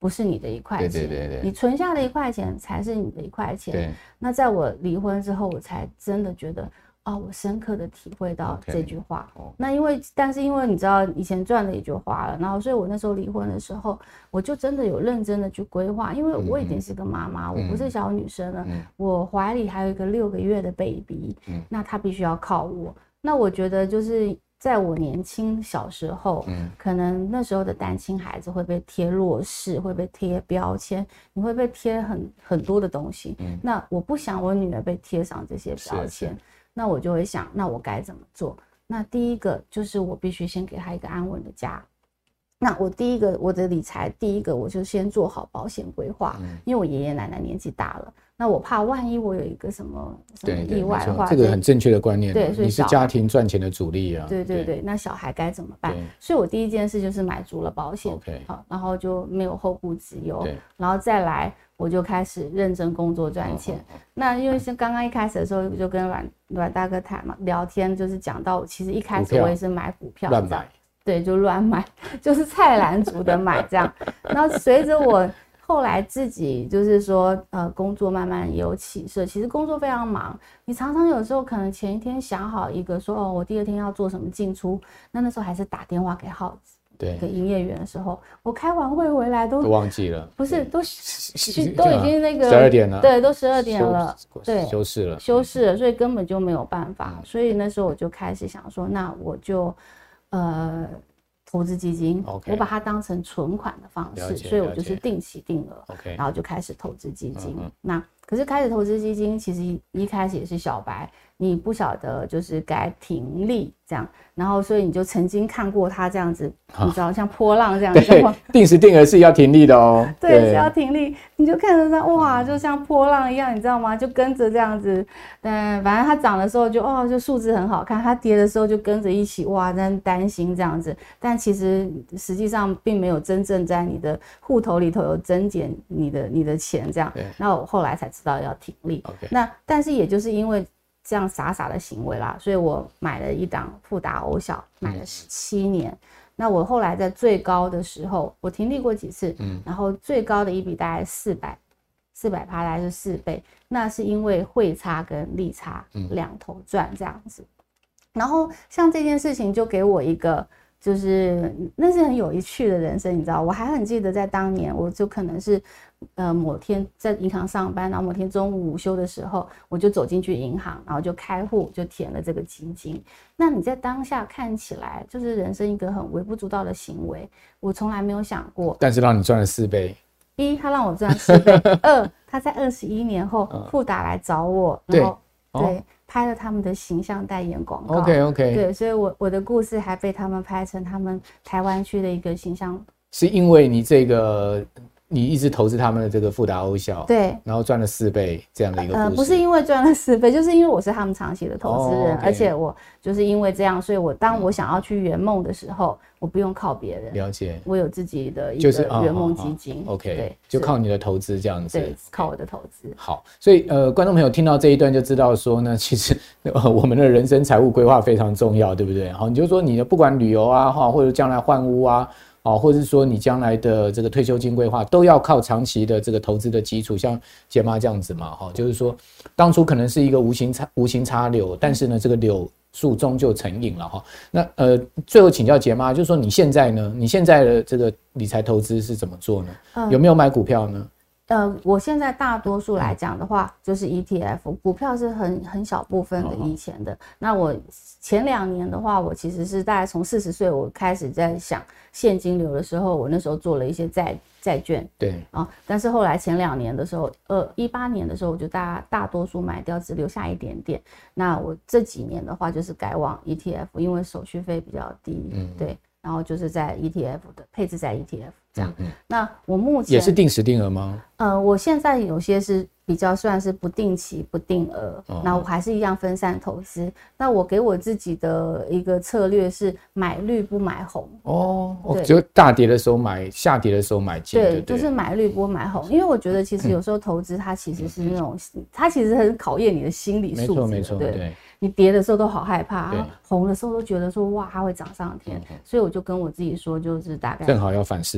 不是你的一块钱， 对对对对， 你存下的一块钱才是你的一块钱。 对， 那在我离婚之后，我才真的觉得。哦，我深刻的体会到这句话。Okay. 那因为，但是因为你知道以前赚的也就花了，然后所以我那时候离婚的时候，我就真的有认真的去规划，因为我已经是个妈妈，嗯、我不是小女生了，嗯、我怀里还有一个六个月的 baby，、嗯、那她必须要靠我。那我觉得就是在我年轻小时候，嗯、可能那时候的单亲孩子会被贴弱势，会被贴标签，你会被贴很很多的东西。嗯、那我不想我女儿被贴上这些标签。那我就会想，那我该怎么做？那第一个就是我必须先给他一个安稳的家。那我第一个我的理财，第一个我就先做好保险规划，嗯、因为我爷爷奶奶年纪大了，那我怕万一我有一个什么什么意外的话， 这个很正确的观念。 对，所以你是家庭赚钱的主力啊。 对对对，那小孩该怎么办？所以我第一件事就是买足了保险， okay. 好，然后就没有后顾之忧，然后再来。我就开始认真工作赚钱。哦哦哦那因为像刚刚一开始的时候，就跟阮阮大哥谈嘛，聊天就是讲到，其实一开始我也是买股票， 乱买， 对，就乱买，就是菜篮族的买这样。然后随着我后来自己就是说，呃，工作慢慢也有起色。其实工作非常忙，你常常有时候可能前一天想好一个说，哦，我第二天要做什么进出，那那时候还是打电话给耗子。 对， 给营业员的时候，我开完会回来都都忘记了， 不是都都已经那个十二点了， 对，都十二点了，对， 休市了， 休市了，所以根本就没有办法。所以那时候我就开始想说，那我就呃投资基金， okay, 我把它当成存款的方式，所以我就是定期定额， okay, 然后就开始投资基金。 嗯嗯那可是开始投资基金，其实一开始也是小白，你不晓得就是该停利这样，然后所以你就曾经看过它这样子，你知道像波浪这样子， 对，定时定额是要停利的哦， 对，是要停利，你就看着它哇，就像波浪一样，你知道吗？就跟着这样子，嗯，反正它涨的时候就哦，就数字很好看，它跌的时候就跟着一起哇，在担心这样子，但其实实际上并没有真正在你的户头里头有增减你的你的钱这样，那我后来才知道要停利。 Okay. 那但是也就是因为这样傻傻的行为啦，所以我买了一档富达欧小，买了十七年。嗯、那我后来在最高的时候，我停利过几次，嗯，然后最高的一笔大概四百，四百趴，大概是四倍。那是因为汇差跟利差两头赚这样子。嗯、然后像这件事情就给我一个。就是那是很有趣的人生，你知道，我还很记得在当年，我就可能是，呃，某天在银行上班，然后某天中午午休的时候，我就走进去银行，然后就开户，就填了这个基金。那你在当下看起来，就是人生一个很微不足道的行为，我从来没有想过。 但是让你赚了四倍。 一，他让我赚四倍；二，他在二十一年后，富达来找我，然后对。对哦拍了他们的形象代言广告 ，OK OK， 对，所以我我的故事还被他们拍成他们台湾区的一个形象。 是因为你这个你一直投资他们的这个富达欧小， 对， 然后赚了四倍这样的一个故事。呃， 不是因为赚了四倍，就是因为我是他们长期的投资人， oh, okay. 而且我就是因为这样，所以我当我想要去圆梦的时候，我不用靠别人， 了解， 我有自己的一个圆梦基金、 就是哦哦哦、，OK， 对，就靠你的投资这样子， 对，靠我的投资。 好，所以呃，观众朋友听到这一段就知道说呢，其实、呃、我们的人生财务规划非常重要，对不对？好，你就说你的不管旅游啊，哈，或者将来换屋啊。哦，或者是说你将来的这个退休金规划都要靠长期的这个投资的基础，像杰妈这样子嘛，哈，就是说当初可能是一个无形插无形插柳，但是呢，这个柳树终究成荫了哈。那呃，最后请教杰妈，就是说你现在呢，你现在的这个理财投资是怎么做呢？嗯、有没有买股票呢？ 呃，我现在大多数来讲的话，就是 E T F， 股票是很很小部分的以前的。哦、那我前两年的话，我其实是大概从四十岁我开始在想现金流的时候，我那时候做了一些债债券， 对啊，但是后来前两年的时候，呃，一八年的时候，我就大大多数买掉，只留下一点点。那我这几年的话，就是改往 E T F， 因为手续费比较低，嗯，对，然后就是在 E T F 的配置在 E T F。这样，嗯嗯那我目前也是定时定额吗？ 呃，我现在有些是比较算是不定期不定额，那、哦、我还是一样分散投资。那我给我自己的一个策略是买绿不买红。 哦，就大跌的时候买，下跌的时候买进。 对，就是买绿不买红，因为我觉得其实有时候投资它其实是那种，嗯、它其实很考验你的心理素质。没错， 没错，对。对你跌的时候都好害怕，然后红的时候都觉得说哇它会涨上天，嗯、所以我就跟我自己说，就是大概正好要反市场。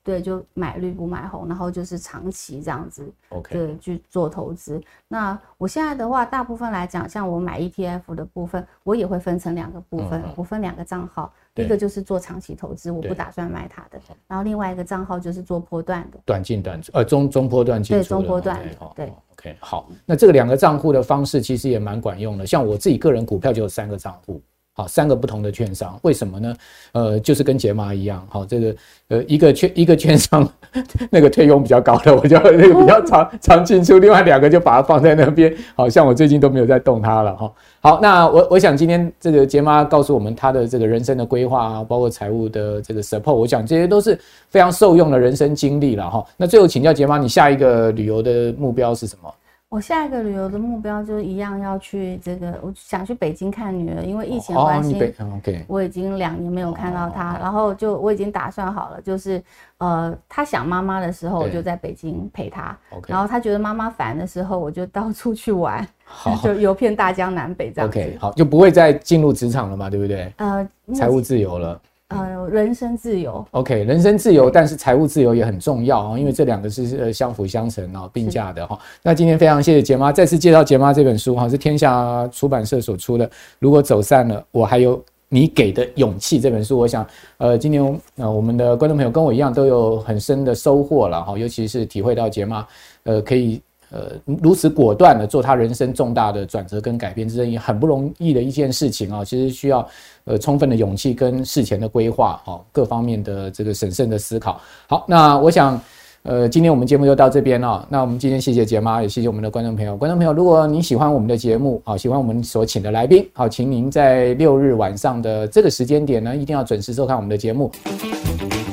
对，就买绿不买红，然后就是长期这样子 ，OK， 对，去做投资。那我现在的话，大部分来讲，像我买 E T F 的部分，我也会分成两个部分，嗯、我分两个账号，一个就是做长期投资，我不打算卖它的，然后另外一个账号就是做波段的， 短进短出，呃，中中波段进出的， 对，中波段的，对。 OK， 好，那这个两个账户的方式其实也蛮管用的。像我自己个人股票就有三个账户，好，三个不同的券商，为什么呢？呃，就是跟杰妈一样，好，这个呃一个券一个券商那个退佣比较高的，我就那个比较常常进出，另外两个就把它放在那边。好像我最近都没有在动它了哈。好，那我我想今天这个杰妈告诉我们她的这个人生的规划啊，包括财务的这个 support， 我想这些都是非常受用的人生经历了哈。那最后请教杰妈，你下一个旅游的目标是什么？ 我下一个旅游的目标就一样要去这个，我想去北京看女儿，因为疫情关系， 哦 okay、 我已经两年没有看到她，哦、然后就我已经打算好了，就是呃，她想妈妈的时候，我就在北京陪她，然后她觉得妈妈烦的时候，我就到处去玩，就游遍大江南北这样子。 OK， 好，就不会再进入职场了嘛，对不对？ 呃， 财务自由了。 呃，人身自由 ，OK， 人身自由，但是财务自由也很重要哦，因为这两个是呃相辅相成哦，并驾的哈。那今天非常谢谢杰妈，再次介绍杰妈这本书哈，是天下出版社所出的《如果走散了，我还有你给的勇气》这本书，我想呃今天呃我们的观众朋友跟我一样都有很深的收获了哈，尤其是体会到杰妈呃可以。呃，如此果断的做他人生重大的转折跟改变，这也很不容易的一件事情啊、哦。其实需要呃充分的勇气跟事前的规划，哦，各方面的这个审慎的思考。好，那我想，呃，今天我们节目就到这边了、哦。那我们今天谢谢杰妈，也谢谢我们的观众朋友。观众朋友，如果你喜欢我们的节目，好、哦，喜欢我们所请的来宾，好，请您在六日晚上的这个时间点呢，一定要准时收看我们的节目。